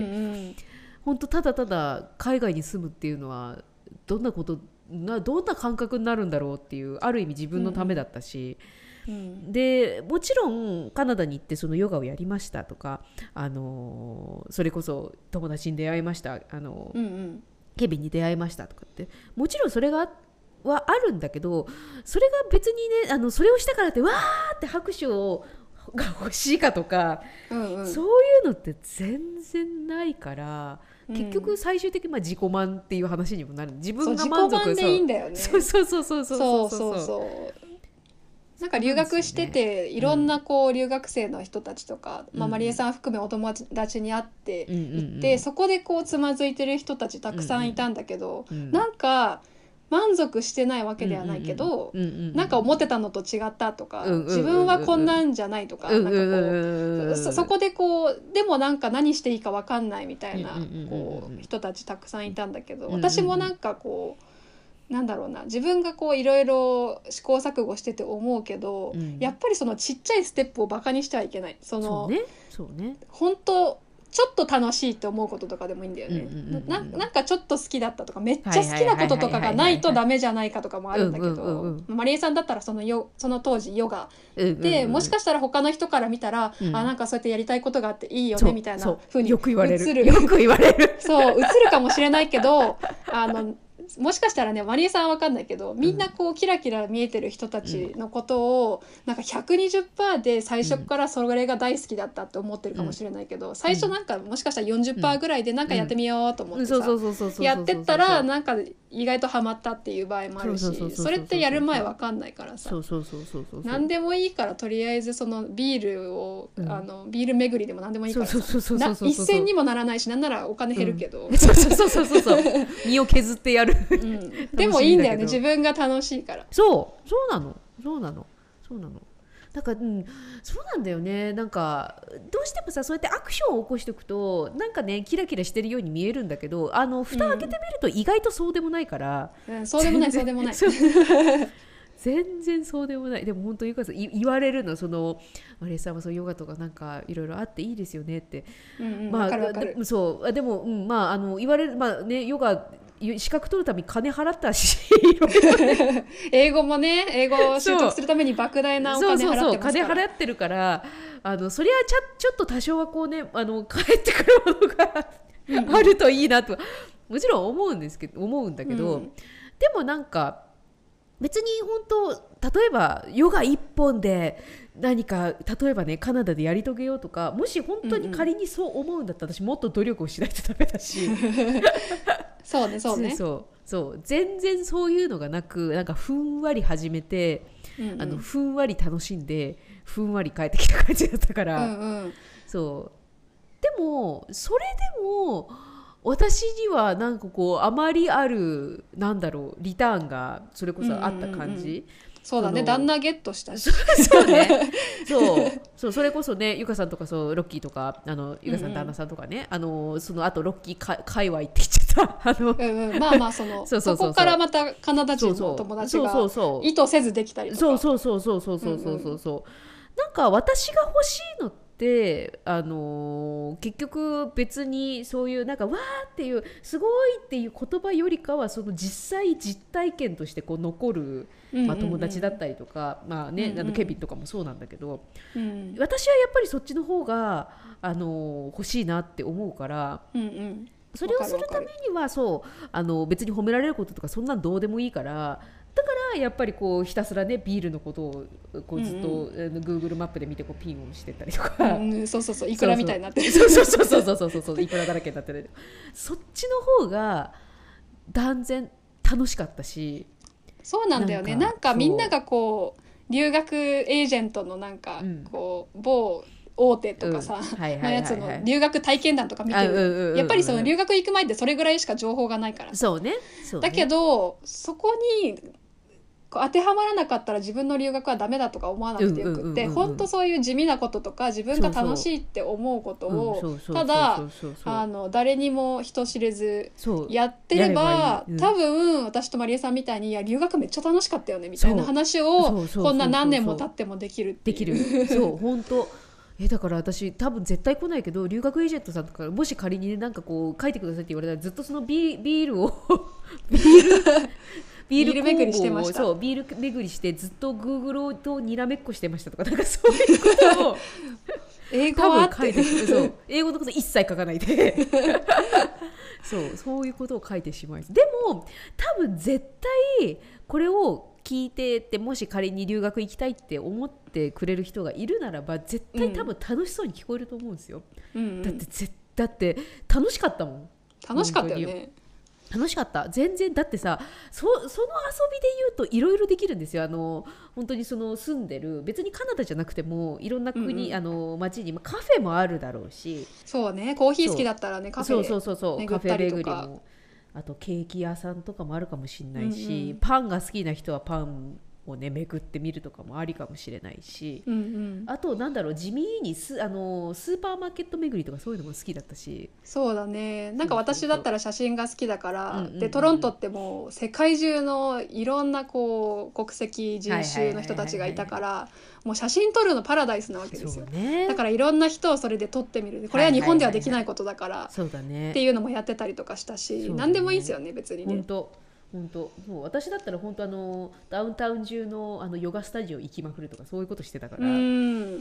本当ただただ海外に住むっていうのはどんなことなどんな感覚になるんだろうっていうある意味自分のためだったし、うんうん、でもちろんカナダに行ってそのヨガをやりましたとか、あのそれこそ友達に出会いました、あの、うんうん、ケビンに出会いましたとかってもちろんそれがはあるんだけどそれが別にねあのそれをしたからってわーって拍手をが欲しいかとか、うんうん、そういうのって全然ないから結局最終的にまあ自己満っていう話にもなる。自分が満足そう自己満でいいんだよね。 そうそうそうそうそうそうそうそうなんか留学してて、ね、いろんなこう留学生の人たちとか、うんまあ、マリエさん含めお友達に会っていて、うんうんうん、そこでこうつまずいてる人たちたくさんいたんだけど、うんうん、なんか満足してないわけではないけど、うんうんうん、なんか思ってたのと違ったとか、うんうんうん、自分はこんなんじゃないとか、うんうんうん、なんかこう そ, そこでこうでもなんか何していいか分かんないみたいな、うんうんうん、こう人たちたくさんいたんだけど、うんうんうん、私もなんかこうなんだろうな自分がこういろいろ試行錯誤してて思うけど、うん、やっぱりそのちっちゃいステップをバカにしてはいけない。そのそうねそうね本当ちょっと楽しいって思うこととかでもいいんだよね、 うんうんうんうん、 な, なんかちょっと好きだったとかめっちゃ好きなこととかがないとダメじゃないかとかもあるんだけど、マリエさんだったらそのよその当時ヨガで、うんうんうん、もしかしたら他の人から見たら、うん、あなんかそうやってやりたいことがあっていいよねみたいな風に映る、よく言われるよく言われるそう映るかもしれないけどあのもしかしたらねマリエさんは分かんないけどみんなこうキラキラ見えてる人たちのことを、うん、なんか ひゃくにじゅっパーセント で最初からそれが大好きだったって思ってるかもしれないけど、うん、最初なんかもしかしたら よんじゅっパーセント ぐらいでなんかやってみようと思ってさやってったらなんか意外とハマったっていう場合もあるしそれってやる前分かんないからさ何でもいいからとりあえずそのビールを、うん、あのビール巡りでも何でもいいからさ一銭にもならないしなんならお金減るけど、うん、そうそうそうそうそう身を削ってやるうん、でもいいんだよね自分が楽しいからそうそうなのそうなのそうなのだから、うん、そうなんだよねなんかどうしてもさそうやってアクションを起こしておくとなんかねキラキラしてるように見えるんだけどあの蓋開けてみると意外とそうでもないから、 うん、そうでもないそうでもない全然そうでもないでも本当ゆかさん言われるのそのマリエさんはそうヨガとかなんかいろいろあっていいですよねって、 うんうん、 まあ分かる分かるそうでも、うん、まああの言われるまあねヨガ資格取るために金払ったし英語もね英語を習得するために莫大なお金払ってますからそうそうそう金払ってるからあのそりゃちゃちょっと多少はこうねあの返ってくるものがあるといいなともちろん思うんですけど思うんだけど、うん、でもなんか別に本当例えばヨガ一本で何か例えばねカナダでやり遂げようとかもし本当に仮にそう思うんだったら、うんうん、私もっと努力をしないとダメだしそうねそうねそうそう全然そういうのがなくなんかふんわり始めて、うんうん、あのふんわり楽しんでふんわり帰ってきた感じだったから、 うんうん、 そうでもそれでも私にはなんかこうあまりあるなんだろうリターンがそれこそあった感じ、うんうんうん、 そうだね旦那ゲットしたしそうねそうそうそれこそねゆかさんとかそうロッキーとかあのゆかさん旦那さんとかね、うんうん、あのその後ロッキーか界隈って言っちゃったあの、 うんうん、まあまあそのそうそうそうそうそこからまたカナダ人の友達が意図せずできたりとかそうそうそうそうそうそうそうそうそう、うんうん、なんか私が欲しいのってであのー、結局別にそういうなんかわーっていうすごいっていう言葉よりかはその実際実体験としてこう残る、まあ、友達だったりとか、うんうんうんまあね、あのケビンとかもそうなんだけど、うん、私はやっぱりそっちの方が、あのー、欲しいなって思うから、うんうん、それをするためにはそうあの別に褒められることとかそんなんどうでもいいからだからやっぱりこうひたすらねビールのことをこうずっと、うんうん、Google マップで見てこうピンをしてたりとか、 うん、そうそうそうイクラみたいになってるそうそうそうそうそうそうそうイクラだらけになってるそっちの方が断然楽しかったしそうなんだよねなんかみんながこう留学エージェントのなんかこう、うん、某大手とかさのやつの留学体験談とか見てるやっぱりその留学行く前ってそれぐらいしか情報がないからそうね、そうねだけどそこに当てはまらなかったら自分の留学はダメだとか思わなくてよくって本当そういう地味なこととか自分が楽しいって思うことをただあの誰にも人知れずやってれば多分私とマリエさんみたいにいや留学めっちゃ楽しかったよねみたいな話をこんな何年も経ってもできるっていうできるそう本当えだから私多分絶対来ないけど留学エージェントさんとかもし仮に、ね、なんかこう書いてくださいって言われたらずっとそのビ、ビールをビールビール巡りしてましたそうビール巡りしてずっと Google とにらめっこしてましたとかなんかそういうことを英語は書いてそう英語のこと一切書かないでそうそういうことを書いてしまいますでも多分絶対これを聞いてってもし仮に留学行きたいって思ってくれる人がいるならば絶対多分楽しそうに聞こえると思うんですよ、うん、だってぜだって楽しかったもん楽しかったよね楽しかった全然だってさ そ, その遊びで言うといろいろできるんですよあの本当にその住んでる別にカナダじゃなくてもいろんな国、うんうん、あの街にカフェもあるだろうしそうねコーヒー好きだったらねカフェそうそうそうそうカフェ巡りもあとケーキ屋さんとかもあるかもしれないし、うんうん、パンが好きな人はパンをね巡ってみるとかもありかもしれないし、 うんうん、 あとなんだろう地味にス、あのスーパーマーケット巡りとかそういうのも好きだったし。 そうだね、なんか私だったら写真が好きだから、 うんうんうんうん、 でトロントってもう世界中のいろんなこう国籍人種の人たちがいたから、もう写真撮るのパラダイスなわけですよ、ね、だからいろんな人をそれで撮ってみる、これは日本ではできないことだから、 そうだねっていうのもやってたりとかしたし、ね、何でもいいですよね別にね。 本当本当もう私だったら本当あのダウンタウン中のあのヨガスタジオ行きまくるとかそういうことしてたから。 うん、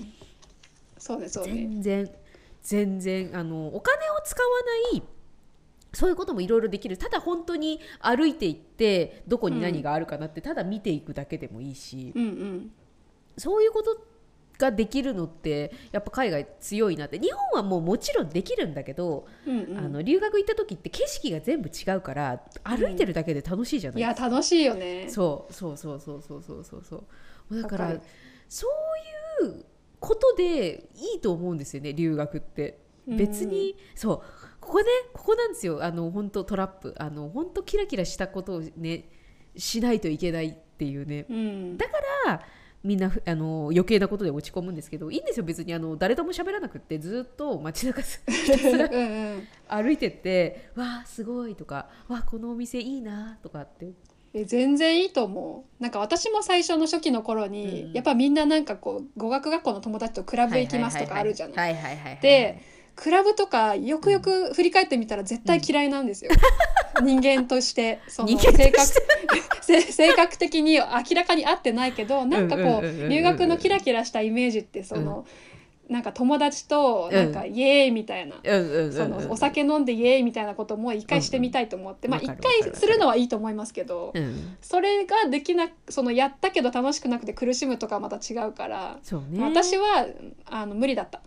そうねそうね、 全然全然あのお金を使わないそういうこともいろいろできる。ただ本当に歩いていってどこに何があるかなってただ見ていくだけでもいいし、 うんうん、 そういうことができるのってやっぱ海外強いなって。日本はもうもちろんできるんだけど、うんうん、あの留学行った時って景色が全部違うから歩いてるだけで楽しいじゃないですか、 うん、いや楽しいよね。 そうそうそうそうそうそうそうそうだからそういうことでいいと思うんですよね留学って。別に、うん、そうここねここなんですよ、あの本当トラップ、あの本当キラキラしたことをねしないといけないっていうね、うん、だからみんなあの余計なことで落ち込むんですけど、いいんですよ別に。あの誰とも喋らなくってずっと街中ひたすら歩いてってわあすごいとかわあこのお店いいなとかってえ全然いいと思う。なんか私も最初の初期の頃に、うん、やっぱみんななんかこう語学学校の友達とクラブ行きますとかあるじゃない。でクラブとかよくよく振り返ってみたら絶対嫌いなんですよ、うん、人間としてその性格性格的に明らかに合ってないけど、なんかこう留学のキラキラしたイメージってその、うん、なんか友達となんかイエーイみたいな、うん、そのお酒飲んでイエーイみたいなことも一回してみたいと思って、うん、まあ一回するのはいいと思いますけど、うん、それができなそのやったけど楽しくなくて苦しむとかはまた違うから、そうね、私はあの無理だった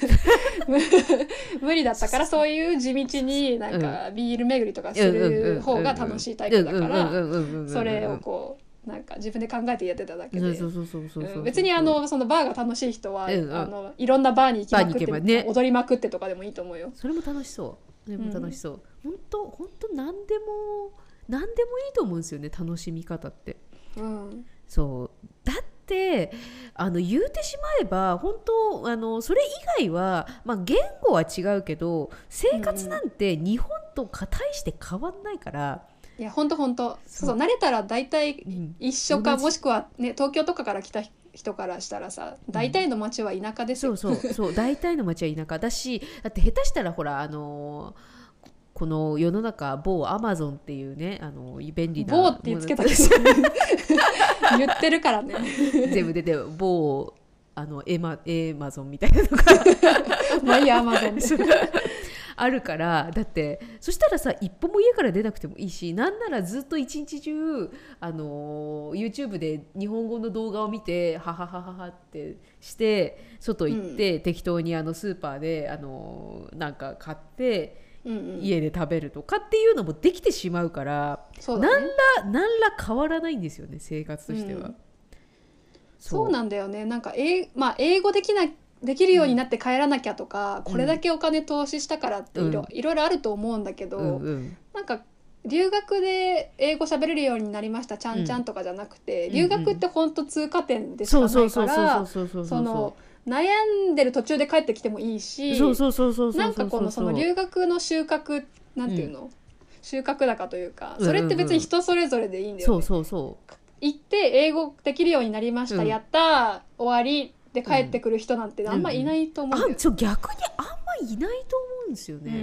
無理だったから、そういう地道になんかビール巡りとかする方が楽しいタイプだから、それをこうなんか自分で考えてやってただけで、別にあのそのバーが楽しい人は、うん、あのいろんなバーに行きまくって、ね、踊りまくってとかでもいいと思うよ。 それも楽しそう。それも楽しそう。本当本当何でも何でもいいと思うんですよね、楽しみ方って。うん、そうだってあの言うてしまえば本当あのそれ以外は、まあ、言語は違うけど生活なんて日本と大して変わんないから。 いや本当本当そうそう慣れたら大体一緒か、うん、もしくは、ね、東京とかから来た人からしたらさ大体の町は田舎ですよ、 うん、そうそうそう大体の町は田舎だし、だって下手したらほらあのーこの世の中某アマゾンっていうねあの便利な某ってつけたけど言ってるからね全部出て某あのエマエマゾンみたいなのがまあいいやアマゾンあるから、だってそしたらさ一歩も家から出なくてもいいし、なんならずっと一日中あの YouTube で日本語の動画を見てはははははってして外行って、うん、適当にあのスーパーであのなんか買ってうんうん、家で食べるとかっていうのもできてしまうから、そうだね、何ら何ら変わらないんですよね生活としては、うん、 そうなんだよね。なんか英、まあ、英語できなできるようになって帰らなきゃとか、うん、これだけお金投資したからっていろ、うん、いろいろあると思うんだけど、うんうん、なんか留学で英語喋れるようになりましたちゃんちゃんとかじゃなくて、うん、留学って本当通過点でしかないからその悩んでる途中で帰ってきてもいいし、なんかこのその留学の収穫なんていうの、うん、収穫高というか、それって別に人それぞれでいいんだよね。そうそうそう行って英語できるようになりました、うん、やった終わりで帰ってくる人なんてあんまいないと思うんだよ、うんうん、 あちょ逆にあんまいないと思うんですよね、うん、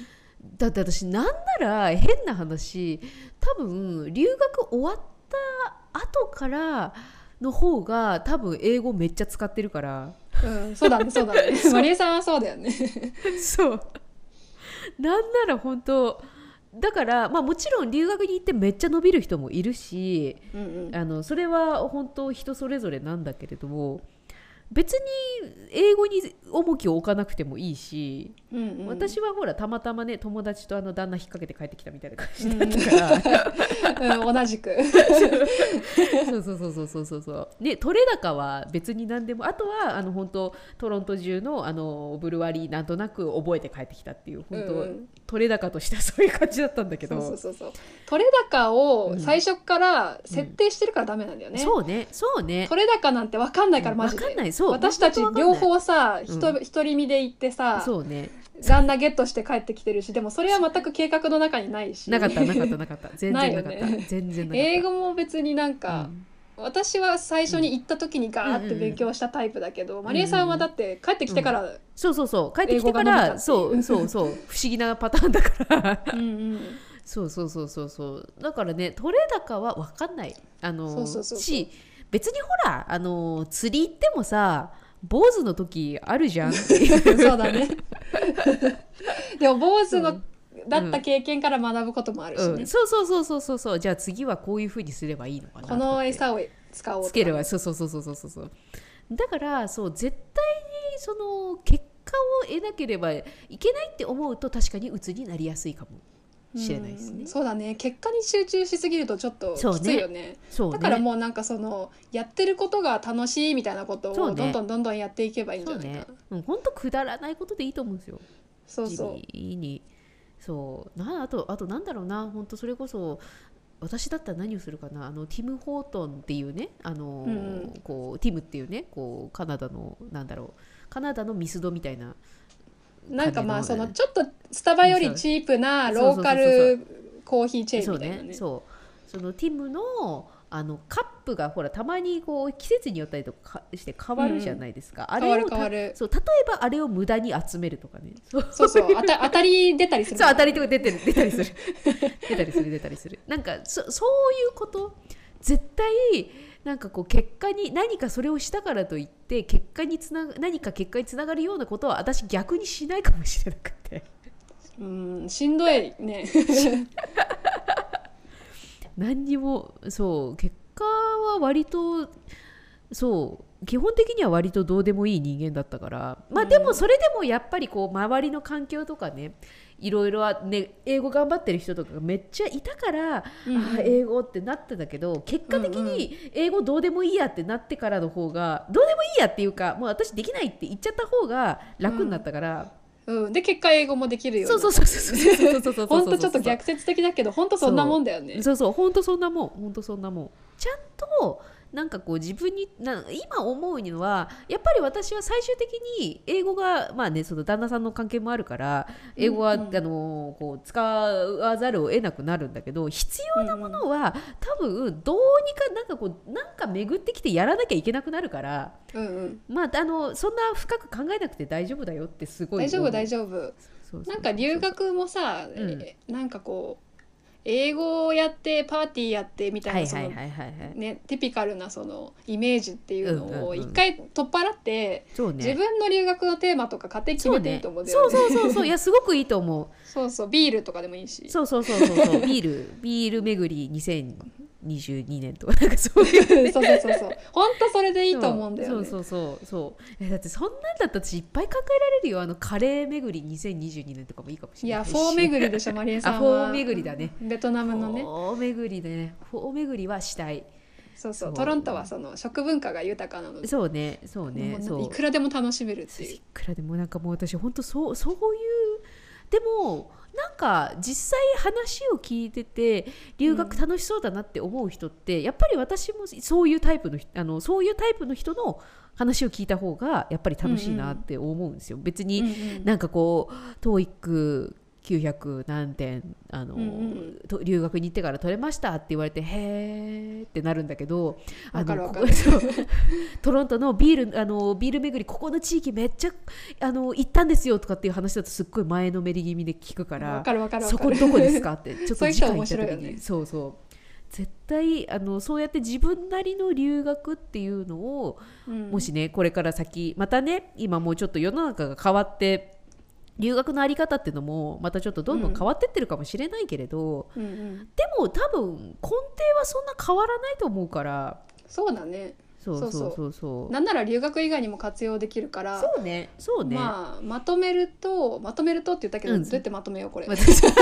だって私なんなら変な話多分留学終わった後からの方が多分英語めっちゃ使ってるから、 うん、そうだねそうだねマリエさんはそうだよねそうなんなら本当だから、まあ、もちろん留学に行ってめっちゃ伸びる人もいるし、うんうん、あのそれは本当人それぞれなんだけれども、 別に英語に重きを置かなくてもいいし、 うんうん、 私はほらたまたまね友達とあの旦那引っ掛けて帰ってきたみたいな感じだったから、 うんうん、同じくそうそうそうそうそうそうね、取れ高は別に何でも、あとはあの本当トロント中のあのブルワリーなんとなく覚えて帰ってきたっていう本当、うん、取れ高としてはそういう感じだったんだけど、 そうそうそうそう、取れ高を最初から設定してるからダメなんだよね、 うん、そうねそうね、 取れ高なんて分かんないからマジで、うん、分かんない、そう、私たち両方さ、うん、独り身で行ってさ、 そうね、 旦那ゲットして帰ってきてるし、でもそれは全く計画の中にないし、 なかったなかったなかった全然なかった、ね、全然なかった。 英語も別になんか、うん、私は最初に行った時にガーって勉強したタイプだけど、うんうん、マリエさんはだって帰ってきてから、うん、 そうそうそう帰ってきてからそうそうそう不思議なパターンだからうん、うん、そうそうそうそうそうだからね、取れ高は分かんない、あのそうそうそうそうし、別にほらあの釣り行ってもさ坊主の時あるじゃんそうだねでも坊主の、うんだった経験から学ぶこともあるしね、うん、 そうそうそうそうそうそう、じゃあ次はこういう風にすればいいのかな、 この餌を使おうとつけるわ、そうそうそうそうそうそう、だからそう絶対にその結果を得なければいけないって思うと確かに鬱になりやすいかもしれないですね、 うん、そうだね、結果に集中しすぎるとちょっときついよ ね, ね, そうねだからもうなんかそのやってることが楽しいみたいなことをどんどんどんどんやっていけばいいんじゃないかな、そうね、 うん、ほんとくだらないことでいいと思うんですよ、 そうそう地味に、そうなあとあとなんだろうな、本当それこそ私だったら何をするかな、あのティム・ホートンっていうね、あの、うん、こうティムっていうね、こうカナダのなんだろうカナダのミスドみたいな、 なんかまあそのちょっとスタバよりチープなローカルコーヒーチェーンみたいなね、 そう、そのティムのあのカップがほらたまにこう季節によったりとかして変わるじゃないですか、うん、あれを変わる変わる、 そう例えばあれを無駄に集めるとかね、 そうそうそう当た、当たり出たりする、 そう当たりとか出てる出たりする出たりする出たりするなんか そ, そういうこと絶対なんかこう結果に何かそれをしたからといって結果につな何か結果につながるようなことは私逆にしないかもしれなくて、 うんしんどいね何にもそう結果は割とそう基本的には割とどうでもいい人間だったから、まあでもそれでもやっぱりこう周りの環境とかねいろいろはね英語頑張ってる人とかがめっちゃいたから、うんうん、あ英語ってなってたけど結果的に英語どうでもいいやってなってからの方がどうでもいいやっていうかもう私できないって言っちゃった方が楽になったから、 うんうん、で結果英語もできるようになった。そうそうそうそうそうそうそう本当ちょっと逆説的だけど本当そんなもんだよね。 そうそう本当そんなもん本当そんなもんちゃんとなんかこう自分にな今思うのはやっぱり私は最終的に英語がまあねその旦那さんの関係もあるから英語は、うんうん、あのこう使わざるを得なくなるんだけど必要なものは、うんうん、多分どうにかなんかこうなんか巡ってきてやらなきゃいけなくなるから、うんうん、まああのそんな深く考えなくて大丈夫だよってすごい大丈夫大丈夫そうそうそうそうなんか留学もさ、うん、なんかこう英語をやってパーティーやってみたいなそのねティピカルなそのイメージっていうのを一回取っ払って、うんうんうん、自分の留学のテーマとか勝手に決めていいと思うんだよね。 そうね。そうそうそうそういやすごくいいと思う。 そうそうビールとかでもいいし。 そうそうそうそうそうビールビール巡りにせんにじゅうにねんとかなんかそういう、ね、 そうそうそうそう本当それでいいと思うんだよね。 そうそうそうそうえだってそんなんだったら私いっぱい考えられるよ。あのカレー巡りにせんにじゅうにねんとかもいいかもしれない。 いやフォー巡りでしょマリエさんは。あフォー巡りだね。 ベトナムのねフォー巡りでねフォー巡りはしたい。 そうそうトロントはその食文化が豊かなのでそうねそうねそういくらでも楽しめるっていう。 いくらでもなんかもう私本当そうそういうでもなんか実際話を聞いてて留学楽しそうだなって思う人って、うん、やっぱり私もそういうタイプのあのそういうタイプの人の話を聞いた方がやっぱり楽しいなって思うんですよ、うんうん、別になんかこう トーイックきゅうひゃく何点あの、うんうん、留学に行ってから取れましたって言われてへーってなるんだけどあのここトロントのビールあのビール巡りここの地域めっちゃあの行ったんですよとかっていう話だとすっごい前のめり気味で聞くからわかるわかるわそこどこですかってちょっと次回行った時にそういう人面白いよね。 そうそう絶対あのそうやって自分なりの留学っていうのを、うん、もしねこれから先またね今もうちょっと世の中が変わって留学のあり方っていうのもまたちょっとどんどん変わってってるかもしれないけれど、うんうんうん、でも多分根底はそんな変わらないと思うからそうだねそうそうそうそう。 なんなら留学以外にも活用できるから。 そうねそうね。 まあまとめるとまとめるとって言ったけど、うん、どうやってまとめようこれ。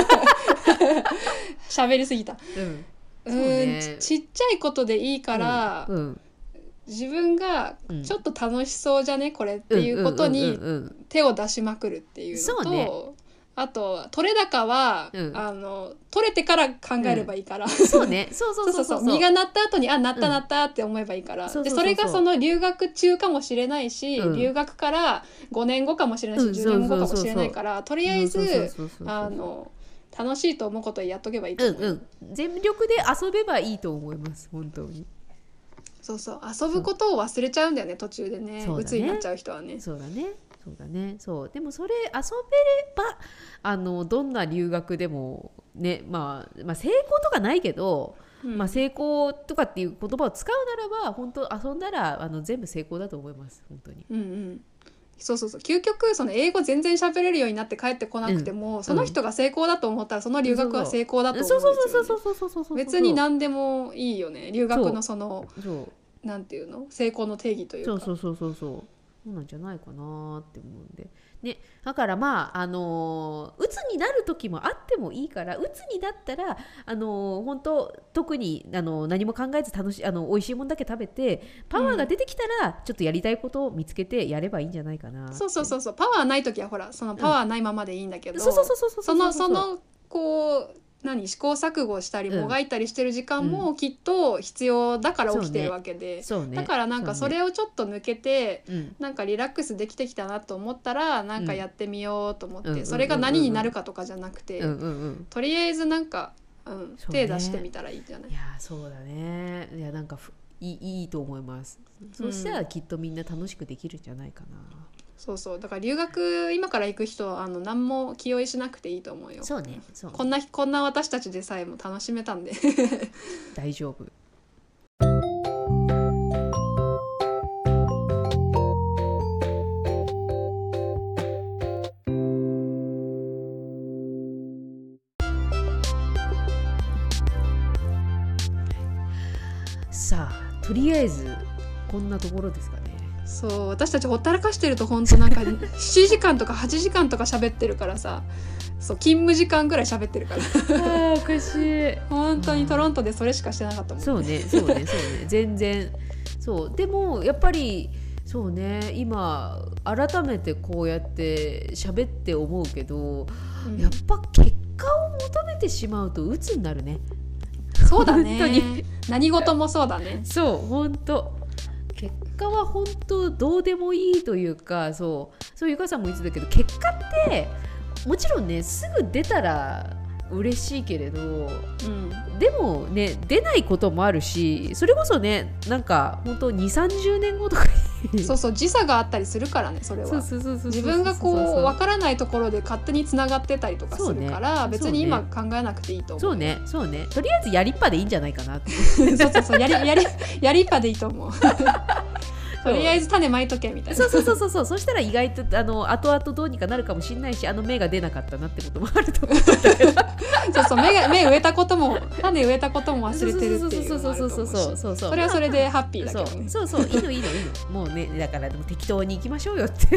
喋りすぎた。うんうんね、ち, ちっちゃいことでいいから、うんうん、自分がちょっと楽しそうじゃね、うん、これっていうことに手を出しまくるっていうのと、そうね、あと取れ高は、うん、あの取れてから考えればいいから、うん、 そうねそうそうそうそうそう、 実がなった後にあなったなったって思えばいいから、うん、でそれがその留学中かもしれないし、うん、留学からごねんごかもしれないし、うん、じゅうねんごかもしれないから、とりあえずあの楽しいと思うことをやっとけばいいと思う、うんうん、全力で遊べばいいと思います本当に。 そうそう遊ぶことを忘れちゃうんだよね途中でね、鬱になっちゃう人はね。 そうだねそうだねそうでもそれ遊べればあのどんな留学でもね、まあ、まあ成功とかないけど、うんまあ、成功とかっていう言葉を使うならば本当遊んだらあの全部成功だと思います本当に。 うんうんそうそうそう究極その英語全然喋れるようになって帰ってこなくても、うん、その人が成功だと思ったらその留学は成功だと思うんですよね。別に何でもいいよね留学のそのそうなんていうの成功の定義というか。 そうそうそうそうそうそうなんじゃないかなって思うんで、ね、だからまああのー、鬱になる時もあってもいいから鬱になったらあのー、本当特にあのー、何も考えず楽しあの美味しいもんだけ食べてパワーが出てきたら、うん、ちょっとやりたいことを見つけてやればいいんじゃないかな。 そうそうそうそうパワーない時はほらそのパワーないままでいいんだけど、そのそのこう何試行錯誤したりもがいたりしてる時間もきっと必要だから起きてるわけで、うんね、だからなんかそれをちょっと抜けて、ね、なんかリラックスできてきたなと思ったらなんかやってみようと思って、うん、それが何になるかとかじゃなくて、うんうんうん、とりあえずなんか、うん、手出してみたらいいんじゃない？ いやそうだねいやなんかい い, いいと思います。そしたらきっとみんな楽しくできるんじゃないかな。 そうそうだから留学今から行く人はあの何も気負いしなくていいと思うよ。 そうねそうねこんなこんな私たちでさえも楽しめたんで大丈夫。さあとりあえずこんなところですかね。 そう私たちほったらかしてると本当なんかしちじかんとかはちじかんとか喋ってるからさそう勤務時間ぐらい喋ってるからあおかしい本当にトロントでそれしかしてなかったもん、ね、 そうねそうねそうね全然そうでもやっぱりそうね今改めてこうやって喋って思うけど、うん、やっぱ結果を求めてしまうと鬱になるね。 そうだね本当に何事もそうだね。 そう本当結果は本当どうでもいいというかそうそうゆかさんも言ってたけど結果ってもちろんねすぐ出たら嬉しいけれど、うん、でもね出ないこともあるしそれこそねなんか本当にじゅうさんじゅうねんごとかそうそう時差があったりするからねそれは自分がこう分からないところで勝手につながってたりとかするから、ね、別に今考えなくていいと思う。 そうねそうねとりあえずやりっぱでいいんじゃないかなってそうそうそうやりやりやりっぱでいいと思うとりあえず種まいとけみたいな。 そうそうそうそうそうそしたら意外とあの後々どうにかなるかもしれないしあの芽が出なかったなってこともあると思うんだけどそうそう芽が芽植えたことも種植えたことも忘れてるっていうのもあると思うしそうそうそれはそれでハッピーだけどね。 そうそうそういいのいいのいいのもうねだからでも適当に行きましょうよって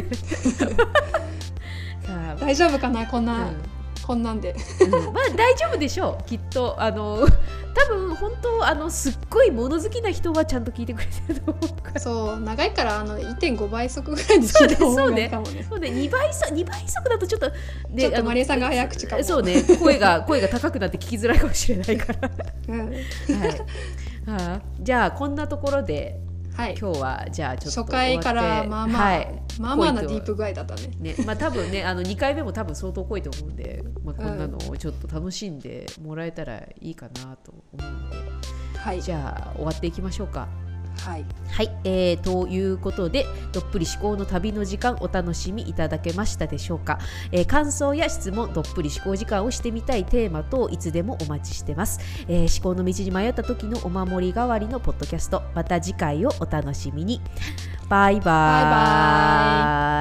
大丈夫かなこんな、うんこんなんで、 うん、まあ大丈夫でしょうきっとあの多分本当あのすっごい物好きな人はちゃんと聞いてくれてると思うからそう長いからあの いってんご 倍速ぐらいで聞いた方がいいかもね。 そうねにばい速にばい速だとちょっと、ね、 ちょっとマリエさんが早口かも。 そうね声が声が高くなって聞きづらいかもしれないから、うんはいはあ、じゃあこんなところではい、今日はじゃあちょっと初回からまあまあ、はい、まあまあなディープ具合だったね。 ねまあ多分ねあのにかいめも多分相当濃いと思うんで、まあ、こんなのをちょっと楽しんでもらえたらいいかなと思うので、はい、じゃあ終わっていきましょうか。 はい、 はいえー、ということでどっぷり思考の旅の時間お楽しみいただけましたでしょうか。えー、感想や質問どっぷり思考時間をしてみたいテーマ等いつでもお待ちしてます。えー、思考の道に迷った時のお守り代わりのポッドキャストまた次回をお楽しみに。バイバイ。バイバイ。